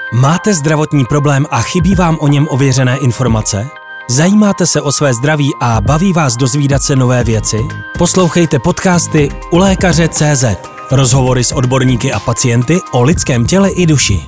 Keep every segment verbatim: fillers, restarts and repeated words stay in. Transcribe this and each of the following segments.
Máte zdravotní problém a chybí vám o něm ověřené informace? Zajímáte se o své zdraví a baví vás dozvídat se nové věci? Poslouchejte podcasty U lékaře tečka cé zet. Rozhovory s odborníky a pacienty o lidském těle i duši.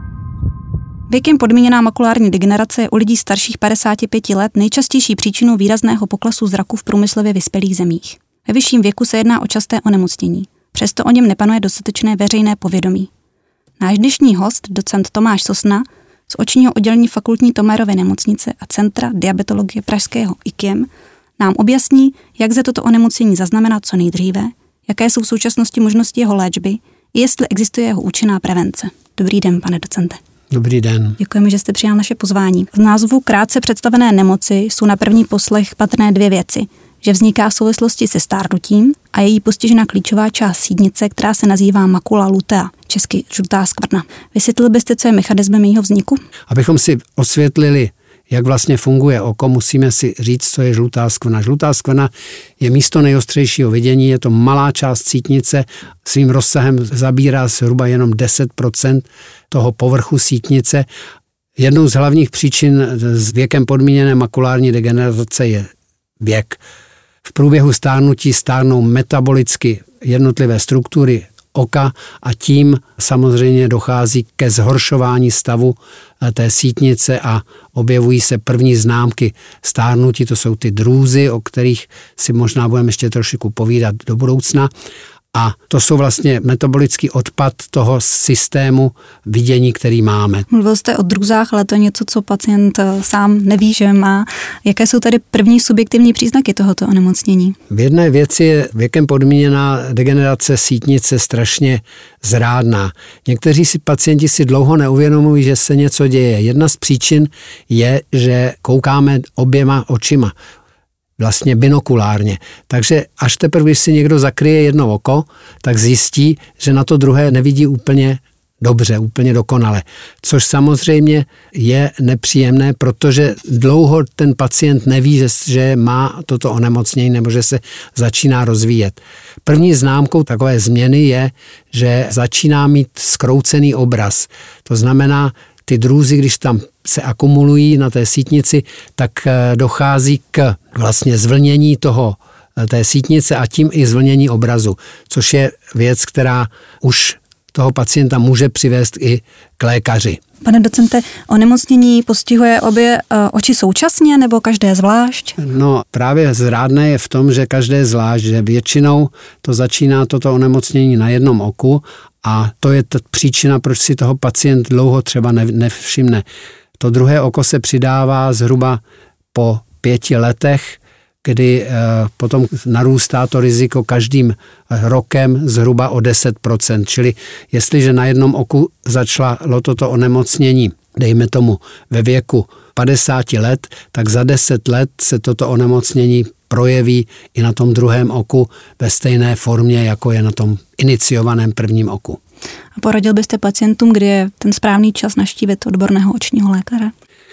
Věkem podmíněná makulární degenerace je u lidí starších padesáti pěti let nejčastější příčinou výrazného poklesu zraku v průmyslově vyspělých zemích. Ve vyšším věku se jedná o časté onemocnění. Přesto o něm nepanuje dostatečné veřejné povědomí. Náš dnešní host, docent Tomáš Sosna, z očního oddělení Fakultní Tomérovy nemocnice a Centra diabetologie pražského I K I M, nám objasní, jak se toto onemocnění zaznamenat co nejdříve, jaké jsou v současnosti možnosti jeho léčby i jestli existuje jeho účinná prevence. Dobrý den, pane docente. Dobrý den. Děkujeme, že jste přijal naše pozvání. Z názvu krátce představené nemoci jsou na první poslech patrné dvě věci. Že vzniká v souvislosti se stárnutím a je jí postižena klíčová část sítnice, která se nazývá makula lutea, česky žlutá skvrna. Vysvětlil byste, co je mechanismem jejího vzniku? Abychom si osvětlili, jak vlastně funguje oko, musíme si říct, co je žlutá skvrna. Žlutá skvrna je místo nejostřejšího vidění, je to malá část sítnice, svým rozsahem zabírá zhruba jenom deset procent toho povrchu sítnice. Jednou z hlavních příčin s věkem podmíněné makulární degenerace je věk. V průběhu stárnutí stárnou metabolicky jednotlivé struktury oka a tím samozřejmě dochází ke zhoršování stavu té sítnice a objevují se první známky stárnutí, to jsou ty drůzy, o kterých si možná budeme ještě trošku povídat do budoucna. A to jsou vlastně metabolický odpad toho systému vidění, který máme. Mluvil jste o drůzách, ale to je něco, co pacient sám neví, že má. Jaké jsou tady první subjektivní příznaky tohoto onemocnění? V jedné věci je věkem podmíněná degenerace sítnice strašně zrádná. Někteří si pacienti si dlouho neuvědomují, že se něco děje. Jedna z příčin je, že koukáme oběma očima. Vlastně binokulárně. Takže až teprve, když si někdo zakryje jedno oko, tak zjistí, že na to druhé nevidí úplně dobře, úplně dokonale. Což samozřejmě je nepříjemné, protože dlouho ten pacient neví, že, že má toto onemocnění nebo že se začíná rozvíjet. První známkou takové změny je, že začíná mít zkroucený obraz. To znamená, ty drůzy, když tam se akumulují na té sítnici, tak dochází k vlastně zvlnění toho, té sítnice a tím i zvlnění obrazu, což je věc, která už toho pacienta může přivést i k lékaři. Pane docente, onemocnění postihuje obě oči současně nebo každé zvlášť? No právě zrádné je v tom, že každé zvlášť, že většinou to začíná toto onemocnění na jednom oku a to je ta příčina, proč si toho pacient dlouho třeba nevšimne. To druhé oko se přidává zhruba po pěti letech, kdy potom narůstá to riziko každým rokem zhruba o deset procent. Čili jestliže na jednom oku začalo toto onemocnění, dejme tomu ve věku padesáti let, tak za deset let se toto onemocnění projeví i na tom druhém oku ve stejné formě, jako je na tom iniciovaném prvním oku. A poradil byste pacientům, kdy je ten správný čas navštívit odborného očního lékaře?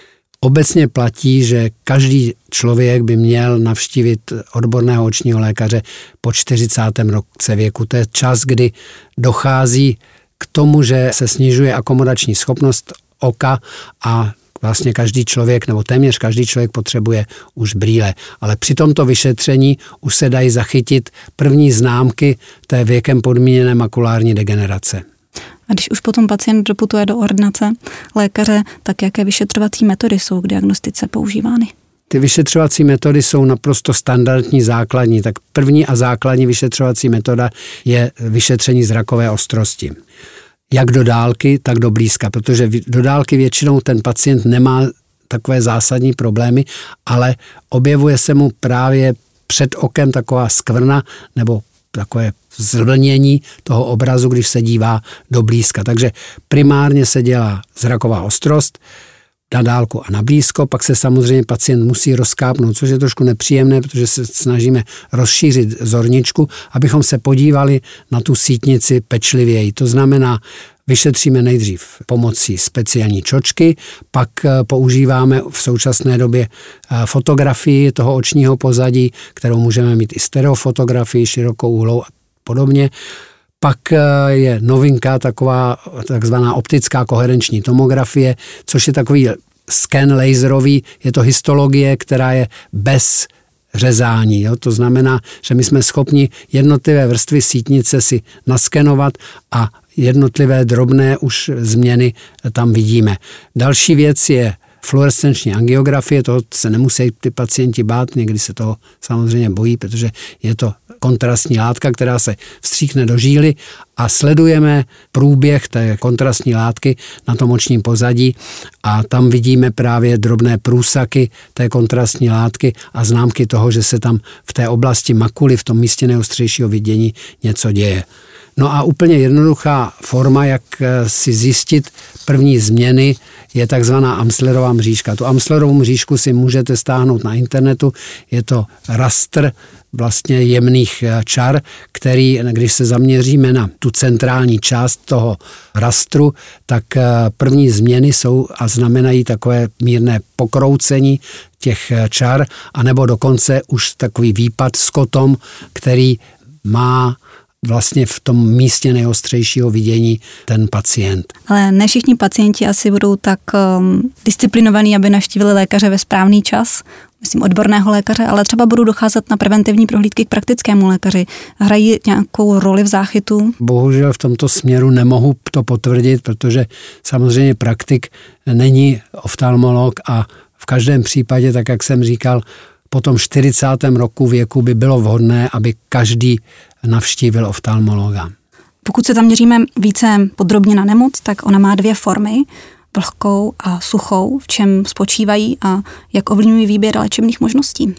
Obecně platí, že každý člověk by měl navštívit odborného očního lékaře po čtyřicátém roce věku. To je čas, kdy dochází k tomu, že se snižuje akomodační schopnost oka a vlastně každý člověk, nebo téměř každý člověk potřebuje už brýle. Ale při tomto vyšetření už se dají zachytit první známky té věkem podmíněné makulární degenerace. A když už potom pacient doputuje do ordinace lékaře, tak jaké vyšetřovací metody jsou k diagnostice používány? Ty vyšetřovací metody jsou naprosto standardní, základní. Tak první a základní vyšetřovací metoda je vyšetření zrakové ostrosti. Jak do dálky, tak do blízka, protože do dálky většinou ten pacient nemá takové zásadní problémy, ale objevuje se mu právě před okem taková skvrna nebo takové zvlnění toho obrazu, když se dívá do blízka. Takže primárně se dělá zraková ostrost na dálku a na blízko, pak se samozřejmě pacient musí rozkápnout, což je trošku nepříjemné, protože se snažíme rozšířit zorničku, abychom se podívali na tu sítnici pečlivěji. To znamená, vyšetříme nejdřív pomocí speciální čočky, pak používáme v současné době fotografii toho očního pozadí, kterou můžeme mít i stereofotografii, širokou úhlou a podobně. Pak je novinka taková takzvaná optická koherenční tomografie, což je takový sken laserový, je to histologie, která je bez řezání. Jo? To znamená, že my jsme schopni jednotlivé vrstvy sítnice si naskenovat a jednotlivé drobné už změny tam vidíme. Další věc je fluorescenční angiografie, toho se nemusí ty pacienti bát, někdy se toho samozřejmě bojí, protože je to kontrastní látka, která se vstříkne do žíly a sledujeme průběh té kontrastní látky na tom očním pozadí a tam vidíme právě drobné průsaky té kontrastní látky a známky toho, že se tam v té oblasti makuly, v tom místě nejostřejšího vidění něco děje. No a úplně jednoduchá forma, jak si zjistit první změny, je takzvaná Amslerová mřížka. Tu Amslerovou mřížku si můžete stáhnout na internetu. Je to rastr vlastně jemných čar, který, když se zaměříme na tu centrální část toho rastru, tak první změny jsou a znamenají takové mírné pokroucení těch čar, anebo dokonce už takový výpad s kotom, který má vlastně v tom místě nejostřejšího vidění ten pacient. Ale ne všichni pacienti asi budou tak um, disciplinovaní, aby navštívili lékaře ve správný čas, myslím odborného lékaře, ale třeba budou docházet na preventivní prohlídky k praktickému lékaři. Hrají nějakou roli v záchytu? Bohužel v tomto směru nemohu to potvrdit, protože samozřejmě praktik není oftalmolog a v každém případě, tak jak jsem říkal, po tom čtyřicátém roku věku by bylo vhodné, aby každý navštívil oftalmologa. Pokud se tam měříme více podrobně na nemoc, tak ona má dvě formy, vlhkou a suchou, v čem spočívají a jak ovlivňují výběr léčebných možností.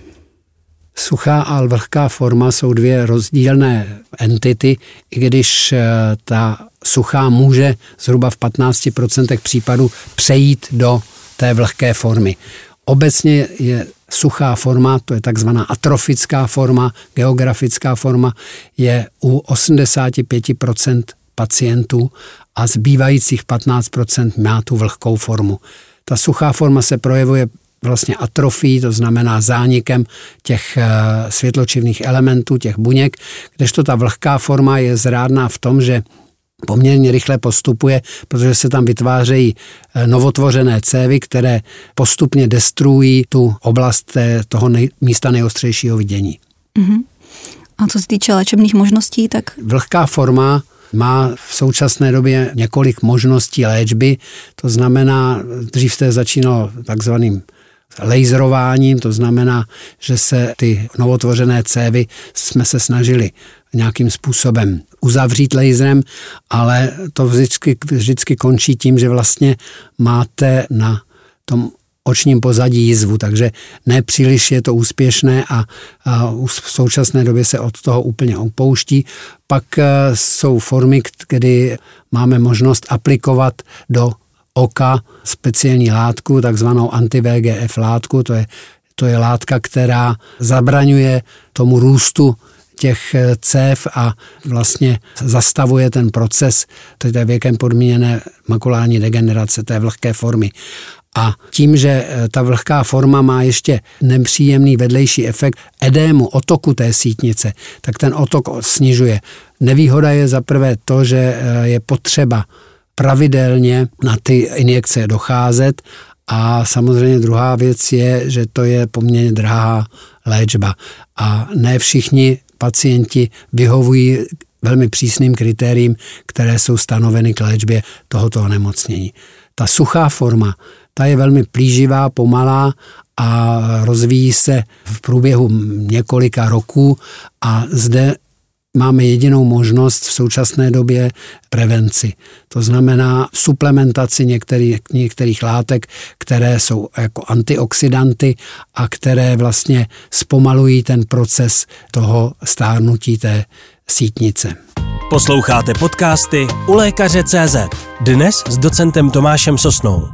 Suchá a vlhká forma jsou dvě rozdílné entity, i když ta suchá může zhruba v patnáct procent případů přejít do té vlhké formy. Obecně je suchá forma, to je takzvaná atrofická forma, geografická forma, je u osmdesát pět procent pacientů a zbývajících patnáct procent má tu vlhkou formu. Ta suchá forma se projevuje vlastně atrofií, to znamená zánikem těch světločivných elementů, těch buněk, kdežto ta vlhká forma je zrádná v tom, že poměrně rychle postupuje, protože se tam vytvářejí novotvořené cévy, které postupně destruují tu oblast té, toho nej, místa nejostřejšího vidění. Uh-huh. A co se týče léčebných možností, tak? Vlhká forma má v současné době několik možností léčby, to znamená, dřív se začínalo takzvaným laserováním, to znamená, že se ty novotvořené cévy jsme se snažili nějakým způsobem uzavřít laserem, ale to vždycky, vždycky končí tím, že vlastně máte na tom očním pozadí jizvu, takže nepříliš je to úspěšné a, a v současné době se od toho úplně opouští. Pak jsou formy, kdy máme možnost aplikovat do oka speciální látku, takzvanou anti-V G F látku, to je, to je látka, která zabraňuje tomu růstu těch cév a vlastně zastavuje ten proces té věkem podmíněné makulární degenerace, té vlhké formy. A tím, že ta vlhká forma má ještě nepříjemný vedlejší efekt edému, otoku té sítnice, tak ten otok snižuje. Nevýhoda je zaprvé to, že je potřeba pravidelně na ty injekce docházet a samozřejmě druhá věc je, že to je poměrně drahá léčba a ne všichni pacienti vyhovují velmi přísným kritériím, které jsou stanoveny k léčbě tohoto onemocnění. Ta suchá forma, ta je velmi plíživá, pomalá a rozvíjí se v průběhu několika roků a zde máme jedinou možnost v současné době prevenci. To znamená suplementaci některých, některých látek, které jsou jako antioxidanty a které vlastně zpomalují ten proces toho stárnutí té sítnice. Posloucháte podcasty u lékaře tečka cé zet. Dnes s docentem Tomášem Sosnou.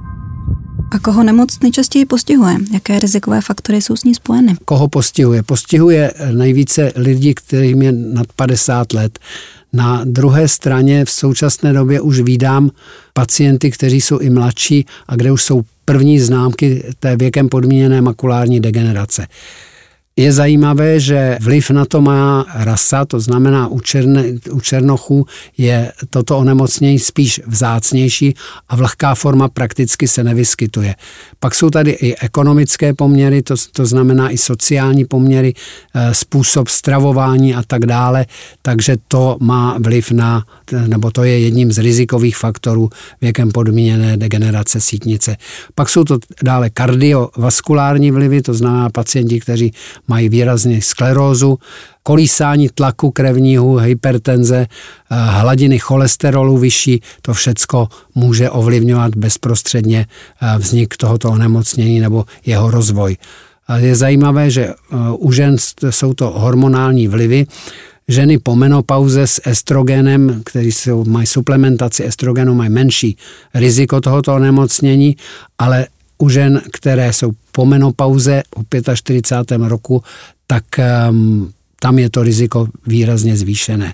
A koho nemoc nejčastěji postihuje? Jaké rizikové faktory jsou s ní spojeny? Koho postihuje? Postihuje nejvíce lidí, kterým je nad padesát let. Na druhé straně v současné době už vídám pacienty, kteří jsou i mladší a kde už jsou první známky té věkem podmíněné makulární degenerace. Je zajímavé, že vliv na to má rasa, to znamená u, černe, u černochů je toto onemocnění spíš vzácnější a vlhká forma prakticky se nevyskytuje. Pak jsou tady i ekonomické poměry, to, to znamená i sociální poměry, způsob stravování a tak dále, takže to má vliv na, nebo to je jedním z rizikových faktorů věkem podmíněné degenerace sítnice. Pak jsou to dále kardiovaskulární vlivy, to znamená pacienti, kteří mají výrazně sklerózu, kolísání tlaku krevního, hypertenze, hladiny cholesterolu vyšší, to všecko může ovlivňovat bezprostředně vznik tohoto onemocnění nebo jeho rozvoj. Je zajímavé, že u žen jsou to hormonální vlivy. Ženy po menopauze s estrogenem, kteří jsou, mají suplementaci estrogenu, mají menší riziko tohoto onemocnění, ale u žen, které jsou po menopauze po čtyřicátém pátém roku, tak um, tam je to riziko výrazně zvýšené.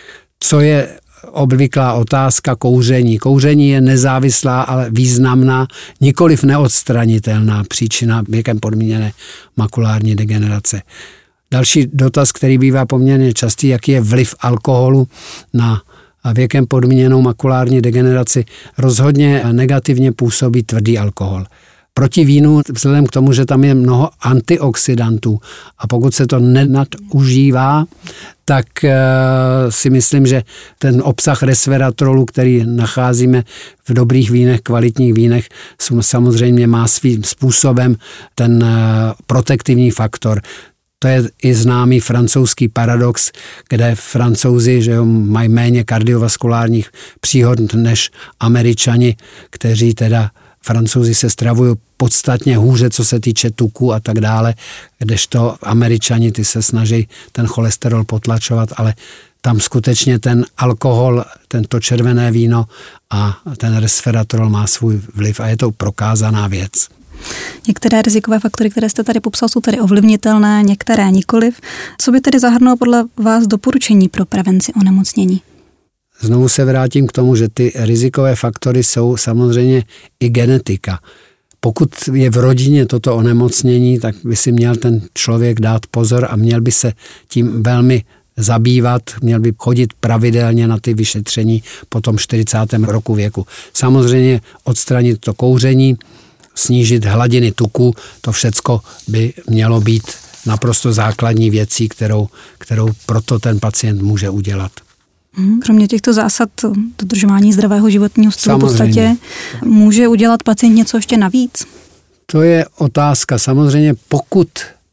Co je obvyklá otázka kouření. Kouření je nezávislá, ale významná, nikoliv neodstranitelná příčina věkem podmíněné makulární degenerace. Další dotaz, který bývá poměrně častý, jaký je vliv alkoholu na věkem podmíněnou makulární degeneraci. Rozhodně negativně působí tvrdý alkohol. Proti vínu, vzhledem k tomu, že tam je mnoho antioxidantů a pokud se to nenadužívá, tak uh, si myslím, že ten obsah resveratrolu, který nacházíme v dobrých vínech, kvalitních vínech, samozřejmě má svým způsobem ten uh, protektivní faktor. To je i známý francouzský paradox, kde Francouzi že jo, mají méně kardiovaskulárních příhod než Američani, kteří teda Francouzi se stravují podstatně hůře, co se týče tuku a tak dále, kdežto Američani ty se snaží ten cholesterol potlačovat, ale tam skutečně ten alkohol, tento červené víno a ten resveratrol má svůj vliv a je to prokázaná věc. Některé rizikové faktory, které jste tady popsal, jsou tady ovlivnitelné, některé nikoliv. Co by tedy zahrnulo podle vás doporučení pro prevenci onemocnění? Znovu se vrátím k tomu, že ty rizikové faktory jsou samozřejmě i genetika. Pokud je v rodině toto onemocnění, tak by si měl ten člověk dát pozor a měl by se tím velmi zabývat, měl by chodit pravidelně na ty vyšetření po tom čtyřicátém roku věku. Samozřejmě odstranit to kouření, snížit hladiny tuku, to všecko by mělo být naprosto základní věcí, kterou, kterou proto ten pacient může udělat. Kromě těchto zásad dodržování zdravého životního stylu v podstatě může udělat pacient něco ještě navíc? To je otázka. Samozřejmě pokud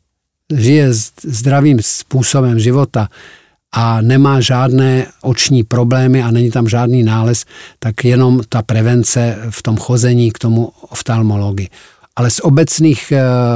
žije zdravým způsobem života a nemá žádné oční problémy a není tam žádný nález, tak jenom ta prevence v tom chození k tomu oftalmologi. Ale z obecných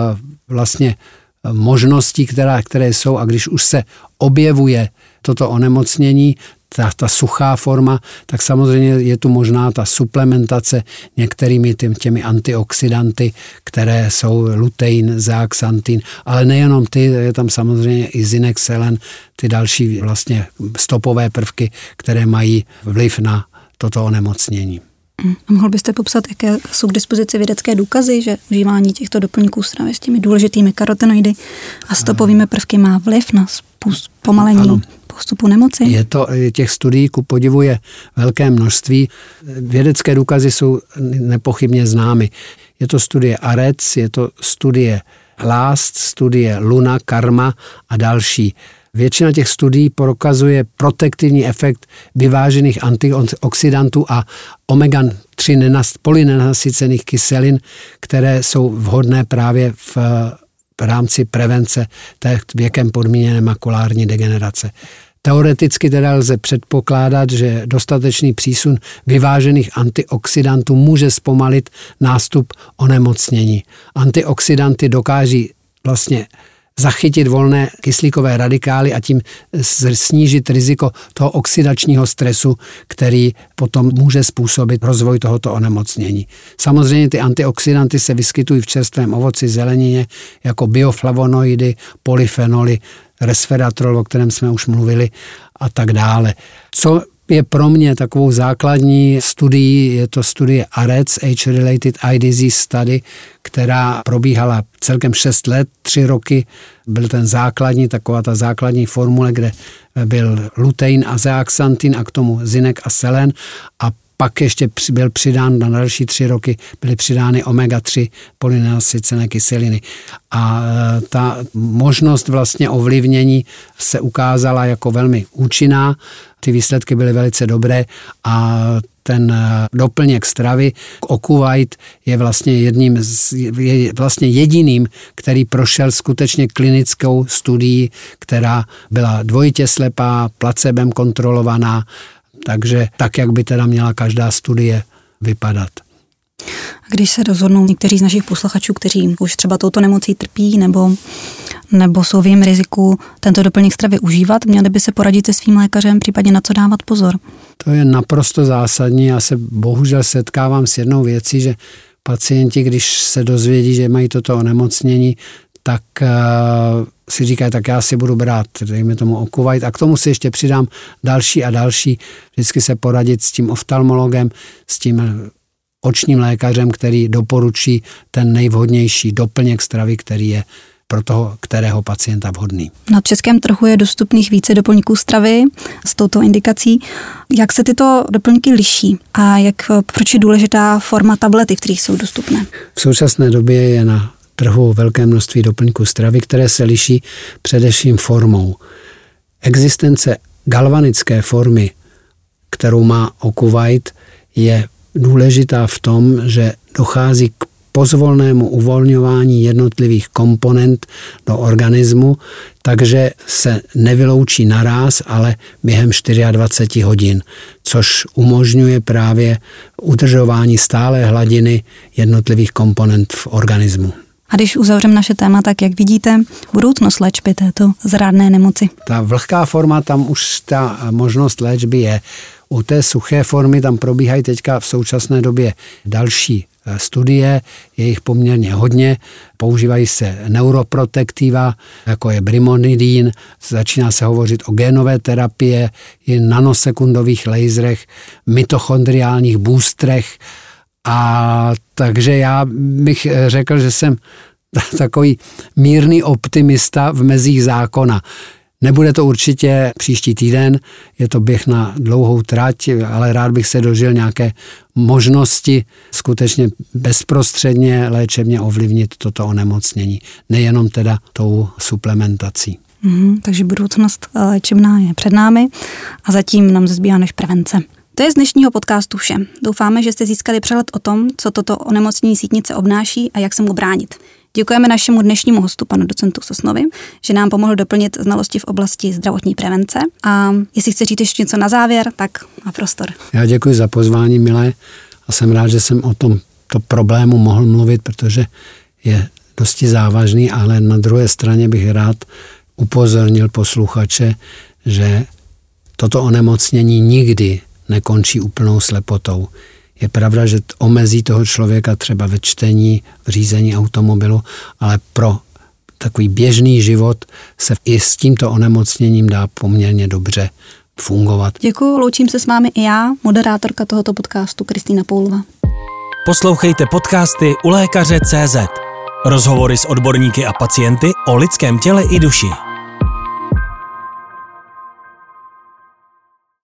vlastně možností, která, které jsou, a když už se objevuje toto onemocnění, ta, ta suchá forma, tak samozřejmě je tu možná ta suplementace některými těmi, těmi antioxidanty, které jsou lutein, zeaxanthin, ale nejenom ty, je tam samozřejmě i zinek, selen, ty další vlastně stopové prvky, které mají vliv na toto onemocnění. A mohl byste popsat, jaké jsou k dispozici vědecké důkazy, že užívání těchto doplňků stravy s těmi důležitými karotenoidy a stopovými prvky má vliv na zpomalení ano. postupu nemoci? Je to, těch studií ku podivu je velké množství. Vědecké důkazy jsou nepochybně známy. Je to studie A R E C, je to studie LAST, studie Luna, Karma a další. Většina těch studií prokazuje protektivní efekt vyvážených antioxidantů a omega tři polynenasycených kyselin, které jsou vhodné právě v, v rámci prevence té věkem podmíněné makulární degenerace. Teoreticky teda lze předpokládat, že dostatečný přísun vyvážených antioxidantů může zpomalit nástup onemocnění. Antioxidanty dokáží vlastně zachytit volné kyslíkové radikály a tím snížit riziko toho oxidačního stresu, který potom může způsobit rozvoj tohoto onemocnění. Samozřejmě ty antioxidanty se vyskytují v čerstvém ovoci, zelenině jako bioflavonoidy, polyfenoly, resveratrol, o kterém jsme už mluvili a tak dále. Co je pro mě takovou základní studií, je to studie A R E D S, Age-Related Eye Disease Study, která probíhala celkem šest let, tři roky. Byl ten základní, taková ta základní formule, kde byl lutein a zeaxanthin a k tomu zinek a selen a pak ještě byl přidán na další tři roky, byly přidány omega tři polynenasycené kyseliny. A ta možnost vlastně ovlivnění se ukázala jako velmi účinná, ty výsledky byly velice dobré a ten doplněk stravy, Ocuvite, je vlastně jedním z, je vlastně jediným, který prošel skutečně klinickou studií, která byla dvojitě slepá, placebem kontrolovaná, takže tak, jak by teda měla každá studie vypadat. A když se rozhodnou někteří z našich posluchačů, kteří už třeba touto nemocí trpí nebo, nebo jsou v jejím riziku tento doplněk stravy užívat, měli by se poradit se svým lékařem, případně na co dávat pozor? To je naprosto zásadní. Já se bohužel setkávám s jednou věcí, že pacienti, když se dozvědí, že mají toto onemocnění, tak uh, si říkají, tak já si budu brát, dejme tomu Ocuvite, a k tomu si ještě přidám další a další. Vždycky se poradit s tím oftalmologem, s tím očním lékařem, který doporučí ten nejvhodnější doplněk stravy, který je pro toho, kterého pacienta vhodný. Na českém trhu je dostupných více doplňků stravy s touto indikací. Jak se tyto doplňky liší a jak, proč je důležitá forma tablety, v kterých jsou dostupné? V současné době je na trhu velké množství doplňků stravy, které se liší především formou. Existence galvanické formy, kterou má Ocuvite, je důležitá v tom, že dochází k pozvolnému uvolňování jednotlivých komponent do organismu, takže se nevyloučí naráz, ale během dvacet čtyři hodin, což umožňuje právě udržování stálé hladiny jednotlivých komponent v organismu. A když uzavřeme naše téma, tak jak vidíte budoucnost léčby této zrádné nemoci? Ta vlhká forma, tam už ta možnost léčby je. U té suché formy tam probíhají teďka v současné době další studie, je jich poměrně hodně, používají se neuroprotektiva, jako je brimonidin, začíná se hovořit o génové terapie, i nanosekundových laserech, mitochondriálních boostrech. A takže já bych řekl, že jsem takový mírný optimista v mezích zákona. Nebude to určitě příští týden, je to běh na dlouhou trať, ale rád bych se dožil nějaké možnosti skutečně bezprostředně léčebně ovlivnit toto onemocnění. Nejenom teda tou suplementací. Mm, takže budoucnost léčebná je před námi a zatím nám zbývá než prevence. To je z dnešního podcastu vše. Doufáme, že jste získali přehled o tom, co toto onemocnění sítnice obnáší a jak se mu bránit. Děkujeme našemu dnešnímu hostu, panu docentu Sosnovi, že nám pomohl doplnit znalosti v oblasti zdravotní prevence. A jestli chce říct ještě něco na závěr, tak má prostor. Já děkuji za pozvání, milé, a jsem rád, že jsem o tom to problému mohl mluvit, protože je dosti závažný, ale na druhé straně bych rád upozornil posluchače, že toto onemocnění nikdy nekončí úplnou slepotou. Je pravda, že omezí toho člověka třeba ve čtení, v řízení automobilu, ale pro takový běžný život se i s tímto onemocněním dá poměrně dobře fungovat. Děkuji, loučím se s vámi i já, moderátorka tohoto podcastu Kristýna Poulová. Poslouchejte podcasty u lékaře tečka cé zet. Rozhovory s odborníky a pacienty o lidském těle i duši.